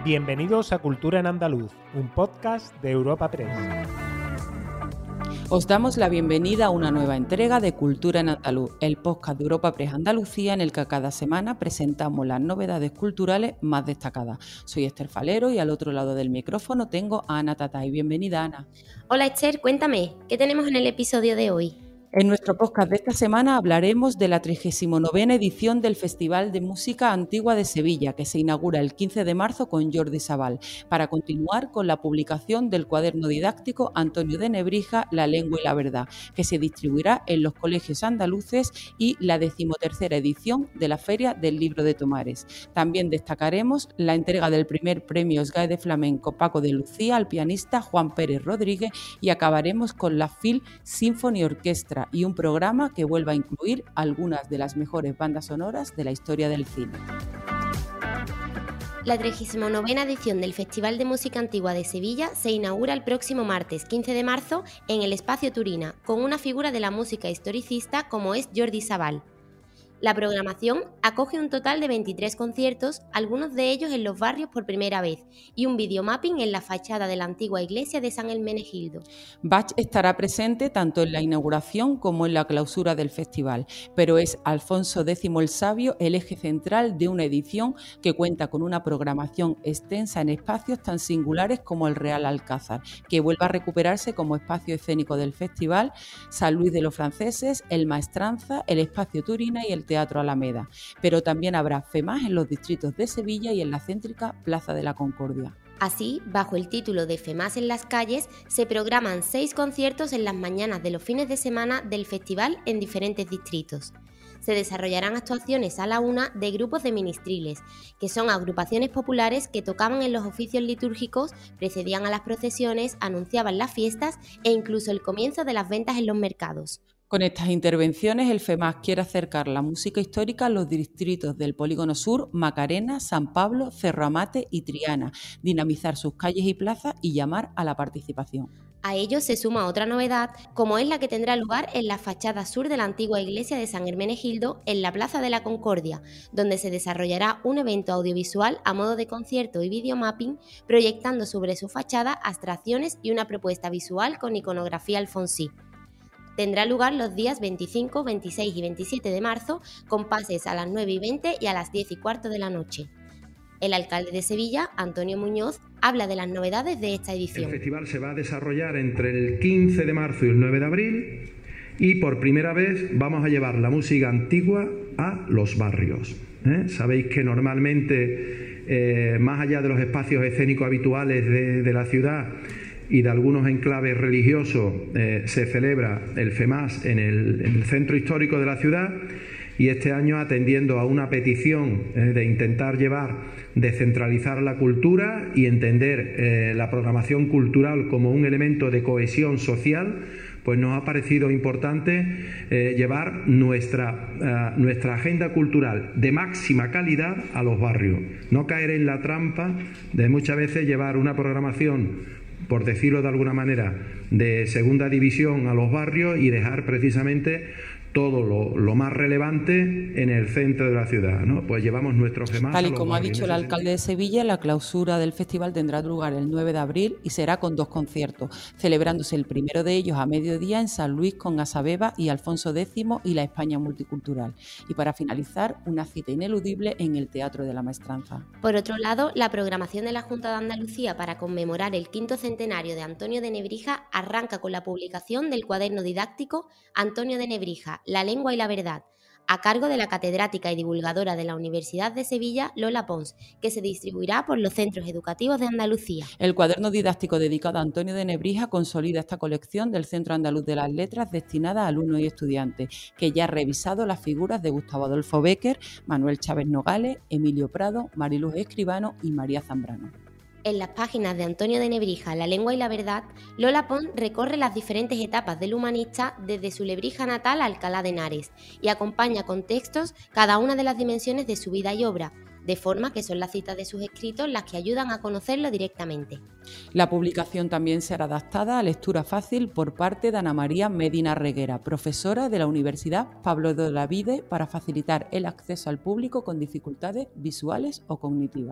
Bienvenidos a Cultura en Andaluz, un podcast de Europa Press. Os damos la bienvenida a una nueva entrega de Cultura en Andaluz, el podcast de Europa Press Andalucía en el que cada semana presentamos las novedades culturales más destacadas. Soy Esther Falero y al otro lado del micrófono tengo a Ana Tatay. Bienvenida, Ana. Hola Esther, cuéntame, ¿qué tenemos en el episodio de hoy? En nuestro podcast de esta semana hablaremos de la 39ª edición del Festival de Música Antigua de Sevilla, que se inaugura el 15 de marzo con Jordi Sabal, para continuar con la publicación del cuaderno didáctico Antonio de Nebrija, La lengua y la verdad, que se distribuirá en los colegios andaluces, y la 13ª edición de la Feria del Libro de Tomares. También destacaremos la entrega del primer premio SGAE de Flamenco Paco de Lucía al pianista Juan Pérez Rodríguez, y acabaremos con la Phil Symphony Orchestra y un programa que vuelva a incluir algunas de las mejores bandas sonoras de la historia del cine. La 39ª edición del Festival de Música Antigua de Sevilla se inaugura el próximo martes 15 de marzo en el Espacio Turina, con una figura de la música historicista como es Jordi Sabal. La programación acoge un total de 23 conciertos, algunos de ellos en los barrios por primera vez, y un videomapping en la fachada de la antigua iglesia de San Hermenegildo. Bach estará presente tanto en la inauguración como en la clausura del festival, pero es Alfonso X el Sabio el eje central de una edición que cuenta con una programación extensa en espacios tan singulares como el Real Alcázar, que vuelve a recuperarse como espacio escénico del festival, San Luis de los Franceses, el Maestranza, el Espacio Turina y el Teatro Alameda, pero también habrá FEMAS en los distritos de Sevilla y en la céntrica Plaza de la Concordia. Así, bajo el título de FEMAS en las calles, se programan 6 conciertos en las mañanas de los fines de semana del festival en diferentes distritos. Se desarrollarán actuaciones a la una de grupos de ministriles, que son agrupaciones populares que tocaban en los oficios litúrgicos, precedían a las procesiones, anunciaban las fiestas e incluso el comienzo de las ventas en los mercados. Con estas intervenciones, el FEMAS quiere acercar la música histórica a los distritos del Polígono Sur, Macarena, San Pablo, Cerro Amate y Triana, dinamizar sus calles y plazas y llamar a la participación. A ello se suma otra novedad, como es la que tendrá lugar en la fachada sur de la antigua iglesia de San Hermenegildo, en la Plaza de la Concordia, donde se desarrollará un evento audiovisual a modo de concierto y videomapping, proyectando sobre su fachada abstracciones y una propuesta visual con iconografía alfonsí. Tendrá lugar los días 25, 26 y 27 de marzo, con pases a las 9:20 y a las 10:15 de la noche. El alcalde de Sevilla, Antonio Muñoz, habla de las novedades de esta edición. El festival se va a desarrollar entre el 15 de marzo y el 9 de abril y por primera vez vamos a llevar la música antigua a los barrios. Sabéis que normalmente, más allá de los espacios escénicos habituales de la ciudad y de algunos enclaves religiosos, se celebra el FEMAS en el centro histórico de la ciudad, y este año, atendiendo a una petición de intentar descentralizar la cultura y entender la programación cultural como un elemento de cohesión social, pues nos ha parecido importante llevar nuestra agenda cultural de máxima calidad a los barrios, no caer en la trampa de muchas veces llevar una programación, por decirlo de alguna manera, de segunda división a los barrios y dejar precisamente todo lo más relevante en el centro de la ciudad, ¿no? Pues llevamos nuestro FEMAS. Tal y como ha dicho el alcalde de Sevilla, la clausura del festival tendrá lugar el 9 de abril y será con 2 conciertos, celebrándose el primero de ellos a mediodía en San Luis con Asabeba y Alfonso X y la España Multicultural. Y para finalizar, una cita ineludible en el Teatro de la Maestranza. Por otro lado, la programación de la Junta de Andalucía para conmemorar el 5º centenario de Antonio de Nebrija arranca con la publicación del cuaderno didáctico Antonio de Nebrija, La lengua y la verdad, a cargo de la catedrática y divulgadora de la Universidad de Sevilla, Lola Pons, que se distribuirá por los centros educativos de Andalucía. El cuaderno didáctico dedicado a Antonio de Nebrija consolida esta colección del Centro Andaluz de las Letras destinada a alumnos y estudiantes, que ya ha revisado las figuras de Gustavo Adolfo Bécquer, Manuel Chávez Nogales, Emilio Prado, Mariluz Escribano y María Zambrano. En las páginas de Antonio de Nebrija, La lengua y la verdad, Lola Pons recorre las diferentes etapas del humanista desde su Lebrija natal a Alcalá de Henares y acompaña con textos cada una de las dimensiones de su vida y obra, de forma que son las citas de sus escritos las que ayudan a conocerlo directamente. La publicación también será adaptada a lectura fácil por parte de Ana María Medina Reguera, profesora de la Universidad Pablo de Olavide, para facilitar el acceso al público con dificultades visuales o cognitivas.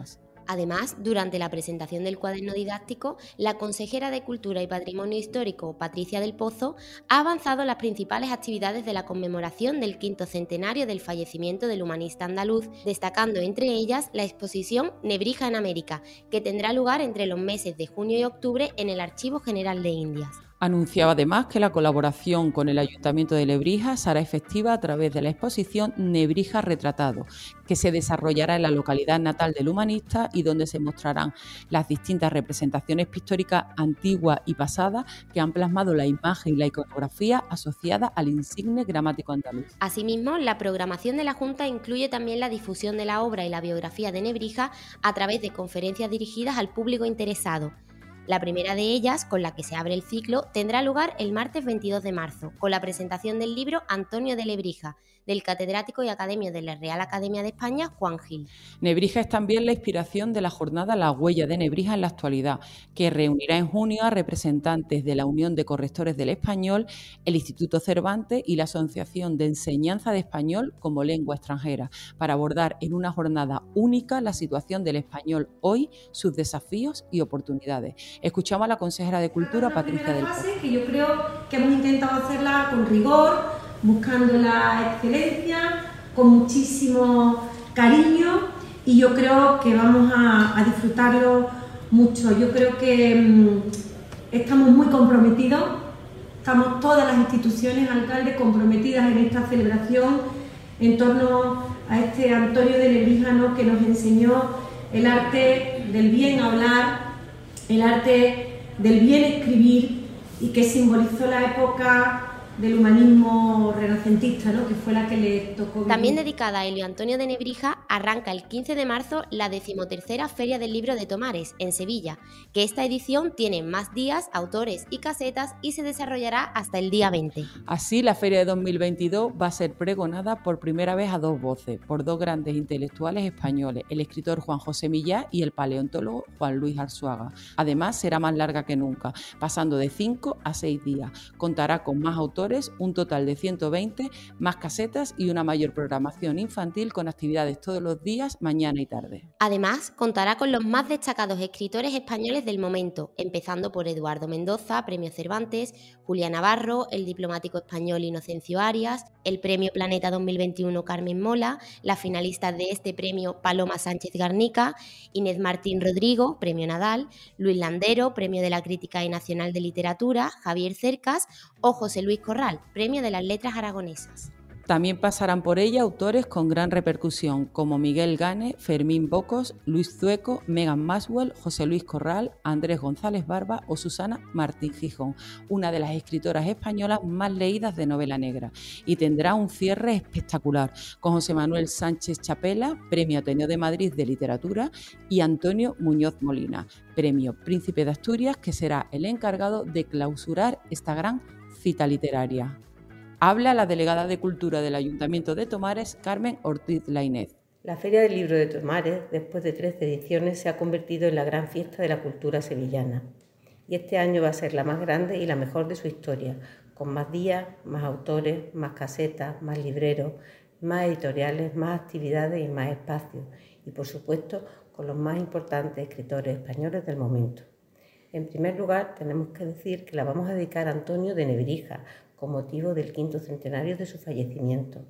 Además, durante la presentación del cuaderno didáctico, la consejera de Cultura y Patrimonio Histórico, Patricia del Pozo, ha avanzado las principales actividades de la conmemoración del 5º centenario del fallecimiento del humanista andaluz, destacando entre ellas la exposición Nebrija en América, que tendrá lugar entre los meses de junio y octubre en el Archivo General de Indias. Anunciaba además que la colaboración con el Ayuntamiento de Lebrija será efectiva a través de la exposición Nebrija Retratado, que se desarrollará en la localidad natal del humanista y donde se mostrarán las distintas representaciones pictóricas antiguas y pasadas que han plasmado la imagen y la iconografía asociada al insigne gramático andaluz. Asimismo, la programación de la Junta incluye también la difusión de la obra y la biografía de Nebrija a través de conferencias dirigidas al público interesado. La primera de ellas, con la que se abre el ciclo, tendrá lugar el martes 22 de marzo, con la presentación del libro Antonio de Lebrija, del catedrático y academio de la Real Academia de España, Juan Gil. Nebrija es también la inspiración de la jornada La Huella de Nebrija en la actualidad, que reunirá en junio a representantes de la Unión de Correctores del Español, el Instituto Cervantes y la Asociación de Enseñanza de Español como Lengua Extranjera, para abordar en una jornada única la situación del español hoy, sus desafíos y oportunidades. Escuchamos a la consejera de Cultura, Patricia del Pozo. Que yo creo que hemos intentado hacerla con rigor, buscando la excelencia, con muchísimo cariño, y yo creo que vamos a disfrutarlo mucho. Yo creo que estamos muy comprometidos, estamos todas las instituciones, alcaldes, comprometidas en esta celebración en torno a este Antonio de Lebrija, ¿no?, que nos enseñó el arte del bien hablar, el arte del bien escribir, y que simbolizó la época del humanismo renacentista, ¿no?, que fue la que le tocó vivir. También dedicada a Elio Antonio de Nebrija, arranca el 15 de marzo la 13ª Feria del Libro de Tomares, en Sevilla, que esta edición tiene más días, autores y casetas y se desarrollará hasta el día 20. Así, la Feria de 2022 va a ser pregonada por primera vez a dos voces, por dos grandes intelectuales españoles, el escritor Juan José Millás y el paleontólogo Juan Luis Arzuaga. Además, será más larga que nunca, pasando de 5 a 6 días. Contará con más autores, un total de 120, más casetas y una mayor programación infantil con actividades todos los días, mañana y tarde. Además, contará con los más destacados escritores españoles del momento, empezando por Eduardo Mendoza, Premio Cervantes, Julián Navarro, el diplomático español Inocencio Arias, el Premio Planeta 2021 Carmen Mola, las finalistas de este premio Paloma Sánchez Garnica, Inés Martín Rodrigo, Premio Nadal, Luis Landero, Premio de la Crítica y Nacional de Literatura, Javier Cercas o José Luis Corral, Premio de las Letras Aragonesas. También pasarán por ella autores con gran repercusión como Miguel Gane, Fermín Bocos, Luis Zueco, Megan Maswell, José Luis Corral, Andrés González Barba o Susana Martín Gijón, una de las escritoras españolas más leídas de novela negra, y tendrá un cierre espectacular con José Manuel Sánchez Chapela, Premio Ateneo de Madrid de Literatura, y Antonio Muñoz Molina, Premio Príncipe de Asturias, que será el encargado de clausurar esta gran cita literaria. Habla la delegada de Cultura del Ayuntamiento de Tomares, Carmen Ortiz Lainez. La Feria del Libro de Tomares, después de 13 ediciones, se ha convertido en la gran fiesta de la cultura sevillana. Y este año va a ser la más grande y la mejor de su historia, con más días, más autores, más casetas, más libreros, más editoriales, más actividades y más espacios. Y, por supuesto, con los más importantes escritores españoles del momento. En primer lugar, tenemos que decir que la vamos a dedicar a Antonio de Nebrija, con motivo del 5º centenario de su fallecimiento.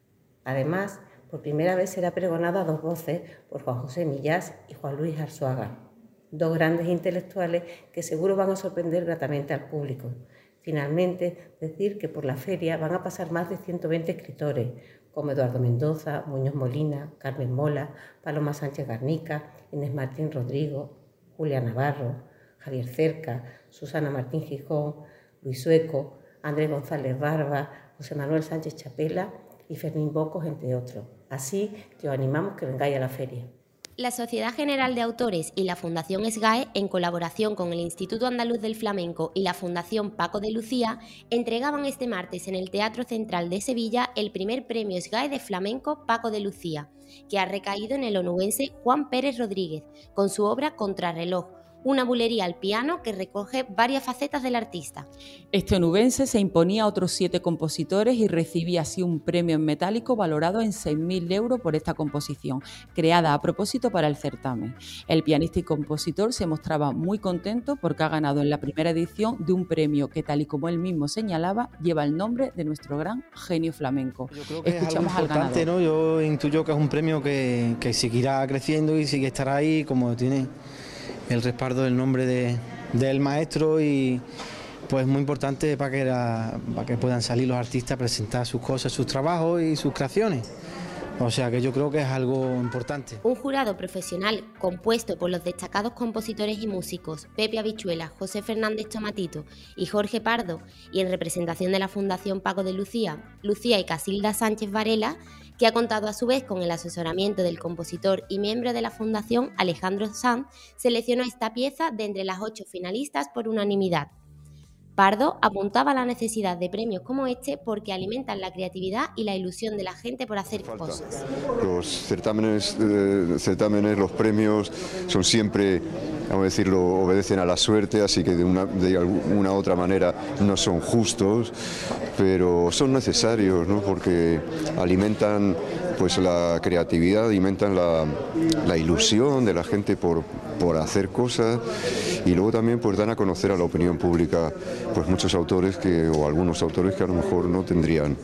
Además, por primera vez será pregonada a dos voces por Juan José Millás y Juan Luis Arzuaga, dos grandes intelectuales que seguro van a sorprender gratamente al público. Finalmente, decir que por la feria van a pasar más de 120 escritores, como Eduardo Mendoza, Muñoz Molina, Carmen Mola, Paloma Sánchez Garnica, Inés Martín Rodrigo, Julián Navarro, Javier Cercas, Susana Martín Gijón, Luis Zueco, Andrés González Barba, José Manuel Sánchez Chapela y Fermín Bocos, entre otros. Así que os animamos que vengáis a la feria. La Sociedad General de Autores y la Fundación SGAE, en colaboración con el Instituto Andaluz del Flamenco y la Fundación Paco de Lucía, entregaban este martes en el Teatro Central de Sevilla el primer premio SGAE de Flamenco Paco de Lucía, que ha recaído en el onubense Juan Pérez Rodríguez, con su obra Contrarreloj, una bulería al piano que recoge varias facetas del artista. Este onubense se imponía a otros 7 compositores y recibía así un premio en metálico valorado en 6.000 euros por esta composición, creada a propósito para el certamen. El pianista y compositor se mostraba muy contento porque ha ganado en la primera edición de un premio que, tal y como él mismo señalaba, lleva el nombre de nuestro gran genio flamenco. Yo creo que Escuchamos es algo importante, ¿no? Yo intuyo que es un premio que seguirá creciendo y sigue estará ahí, como tiene el respaldo del nombre del maestro, y pues muy importante para que puedan salir los artistas a presentar sus cosas, sus trabajos y sus creaciones. O sea que yo creo que es algo importante. Un jurado profesional compuesto por los destacados compositores y músicos Pepe Habichuela, José Fernández Tomatito y Jorge Pardo, y en representación de la Fundación Paco de Lucía y Casilda Sánchez Varela, que ha contado a su vez con el asesoramiento del compositor y miembro de la Fundación Alejandro Sanz, seleccionó esta pieza de entre las 8 finalistas por unanimidad. Pardo apuntaba a la necesidad de premios como este porque alimentan la creatividad y la ilusión de la gente por hacer cosas. Los certámenes, los premios son siempre, vamos a decirlo, obedecen a la suerte, así que de alguna otra manera no son justos, pero son necesarios, ¿no? Porque alimentan pues la creatividad, alimentan la ilusión de la gente por hacer cosas, y luego también pues dan a conocer a la opinión pública pues muchos autores o algunos autores que a lo mejor no tendrían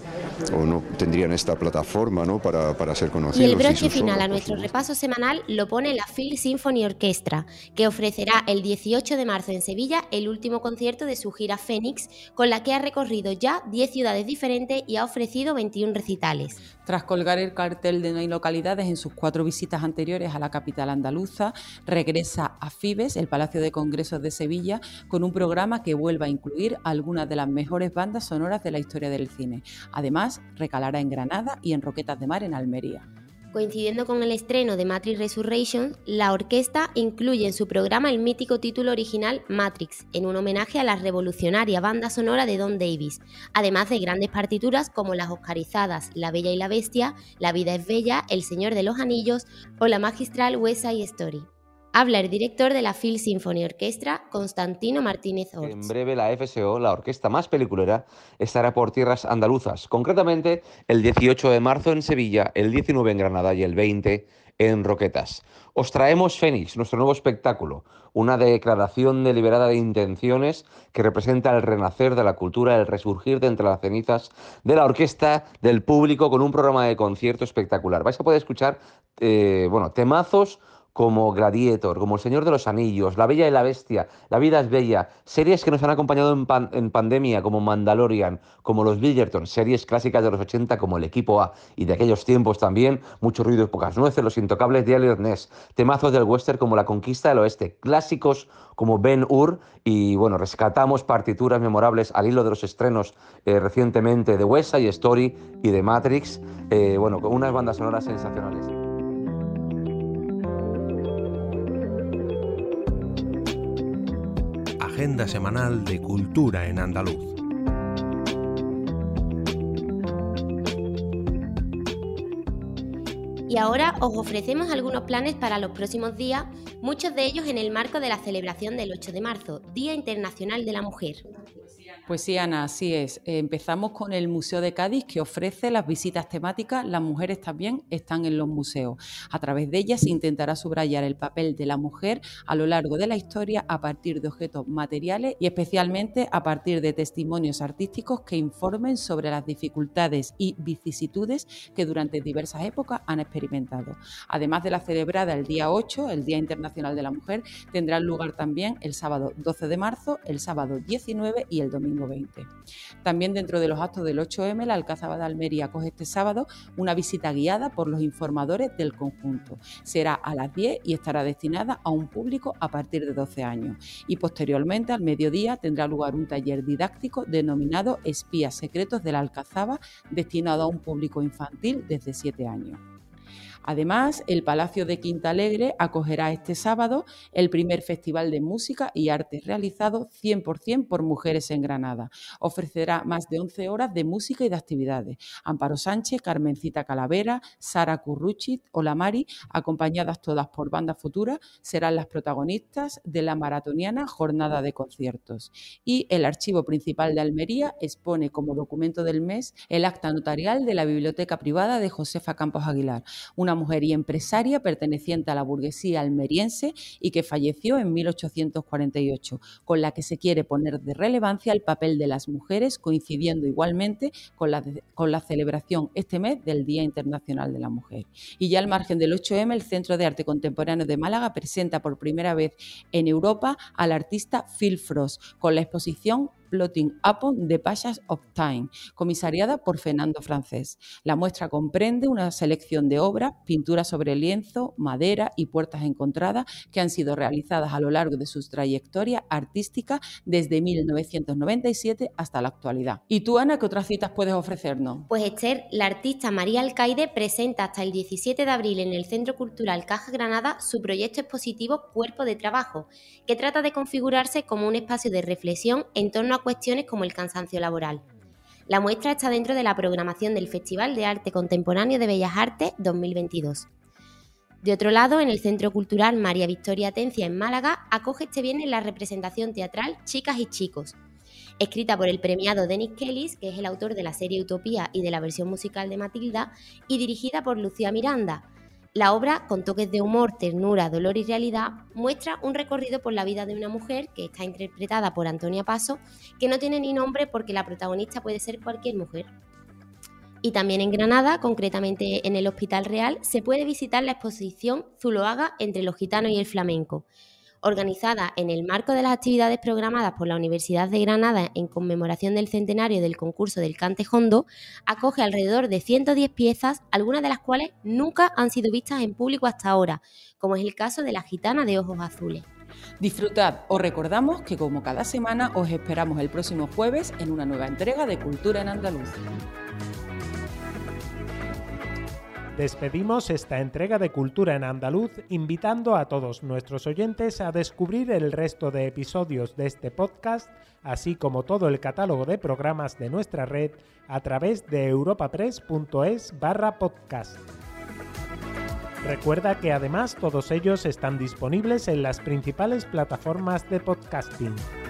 esta plataforma, ¿no? para ser conocidos. Y el broche final a nuestro repaso semanal lo pone la Phil Symphony Orchestra, que ofrecerá el 18 de marzo en Sevilla el último concierto de su gira Fénix, con la que ha recorrido ya 10 ciudades diferentes y ha ofrecido 21 recitales. Tras colgar el cartel de No hay localidades en sus 4 visitas anteriores a la capital andaluza, regresa a Fibes, el Palacio de Congresos de Sevilla, con un programa que vuelve a incluir algunas de las mejores bandas sonoras de la historia del cine. Además, recalará en Granada y en Roquetas de Mar en Almería. Coincidiendo con el estreno de Matrix Resurrection, la orquesta incluye en su programa el mítico título original Matrix, en un homenaje a la revolucionaria banda sonora de Don Davis, además de grandes partituras como las oscarizadas La Bella y la Bestia, La Vida es Bella, El Señor de los Anillos o la magistral West Side Story. Habla el director de la Phil Symphony Orchestra, Constantino Martínez Orts. En breve la FSO, la orquesta más peliculera, estará por tierras andaluzas, concretamente el 18 de marzo en Sevilla, el 19 en Granada y el 20 en Roquetas. Os traemos Fénix, nuestro nuevo espectáculo, una declaración deliberada de intenciones que representa el renacer de la cultura, el resurgir de entre las cenizas de la orquesta, del público, con un programa de concierto espectacular. Vais a poder escuchar temazos como Gladiator, como El Señor de los Anillos, La Bella y la Bestia, La Vida es Bella, series que nos han acompañado en pandemia como Mandalorian, como Los Bridgerton, series clásicas de los 80 como El Equipo A, y de aquellos tiempos también Mucho ruido y pocas nueces, Los Intocables de Elliot Ness, temazos del western como La Conquista del Oeste, clásicos como Ben-Hur, y rescatamos partituras memorables al hilo de los estrenos recientemente de West Side Story y de Matrix, con unas bandas sonoras sensacionales. Agenda semanal de Cultura en Andaluz. Y ahora os ofrecemos algunos planes para los próximos días, muchos de ellos en el marco de la celebración del 8 de marzo, Día Internacional de la Mujer. Pues sí, Ana, así es. Empezamos con el Museo de Cádiz, que ofrece las visitas temáticas. Las mujeres también están en los museos. A través de ellas se intentará subrayar el papel de la mujer a lo largo de la historia a partir de objetos materiales y especialmente a partir de testimonios artísticos que informen sobre las dificultades y vicisitudes que durante diversas épocas han experimentado. Además de la celebrada el día 8, el Día Internacional de la Mujer, tendrán lugar también el sábado 12 de marzo, el sábado 19 y el domingo 20. También dentro de los actos del 8M, la Alcázaba de Almería acoge este sábado una visita guiada por los informadores del conjunto. Será a las 10 y estará destinada a un público a partir de 12 años. Y posteriormente, al mediodía, tendrá lugar un taller didáctico denominado Espías Secretos de la Alcázaba, destinado a un público infantil desde 7 años. Además, el Palacio de Quintalegre acogerá este sábado el primer Festival de Música y Arte realizado 100% por mujeres en Granada. Ofrecerá más de 11 horas de música y de actividades. Amparo Sánchez, Carmencita Calavera, Sara Curruchit o La Mari, acompañadas todas por Banda Futura, serán las protagonistas de la maratoniana jornada de conciertos. Y el Archivo Principal de Almería expone como documento del mes el acta notarial de la biblioteca privada de Josefa Campos Aguilar, una mujer y empresaria perteneciente a la burguesía almeriense y que falleció en 1848, con la que se quiere poner de relevancia el papel de las mujeres, coincidiendo igualmente con la celebración este mes del Día Internacional de la Mujer. Y ya al margen del 8M, el Centro de Arte Contemporáneo de Málaga presenta por primera vez en Europa al artista Phil Frost con la exposición Plotting Upon the Passage of Time, comisariada por Fernando Francés. La muestra comprende una selección de obras, pinturas sobre lienzo, madera y puertas encontradas que han sido realizadas a lo largo de su trayectoria artística desde 1997 hasta la actualidad. ¿Y tú, Ana, qué otras citas puedes ofrecernos? Pues Esther, la artista María Alcaide presenta hasta el 17 de abril en el Centro Cultural Caja Granada su proyecto expositivo Cuerpo de Trabajo, que trata de configurarse como un espacio de reflexión en torno a cuestiones como el cansancio laboral. La muestra está dentro de la programación del Festival de Arte Contemporáneo de Bellas Artes 2022. De otro lado, en el Centro Cultural María Victoria Atencia en Málaga, acoge este viernes la representación teatral Chicas y Chicos, escrita por el premiado Dennis Kellis, que es el autor de la serie Utopía y de la versión musical de Matilda, y dirigida por Lucía Miranda. La obra, con toques de humor, ternura, dolor y realidad, muestra un recorrido por la vida de una mujer que está interpretada por Antonia Paso, que no tiene ni nombre porque la protagonista puede ser cualquier mujer. Y también en Granada, concretamente en el Hospital Real, se puede visitar la exposición Zuloaga entre los gitanos y el flamenco, organizada en el marco de las actividades programadas por la Universidad de Granada en conmemoración del centenario del concurso del Cante Jondo. Acoge alrededor de 110 piezas, algunas de las cuales nunca han sido vistas en público hasta ahora, como es el caso de La Gitana de Ojos Azules. Disfrutad, os recordamos que como cada semana os esperamos el próximo jueves en una nueva entrega de Cultura en Andaluz. Despedimos esta entrega de Cultura en Andaluz invitando a todos nuestros oyentes a descubrir el resto de episodios de este podcast, así como todo el catálogo de programas de nuestra red a través de europapress.es/podcast. Recuerda que además todos ellos están disponibles en las principales plataformas de podcasting.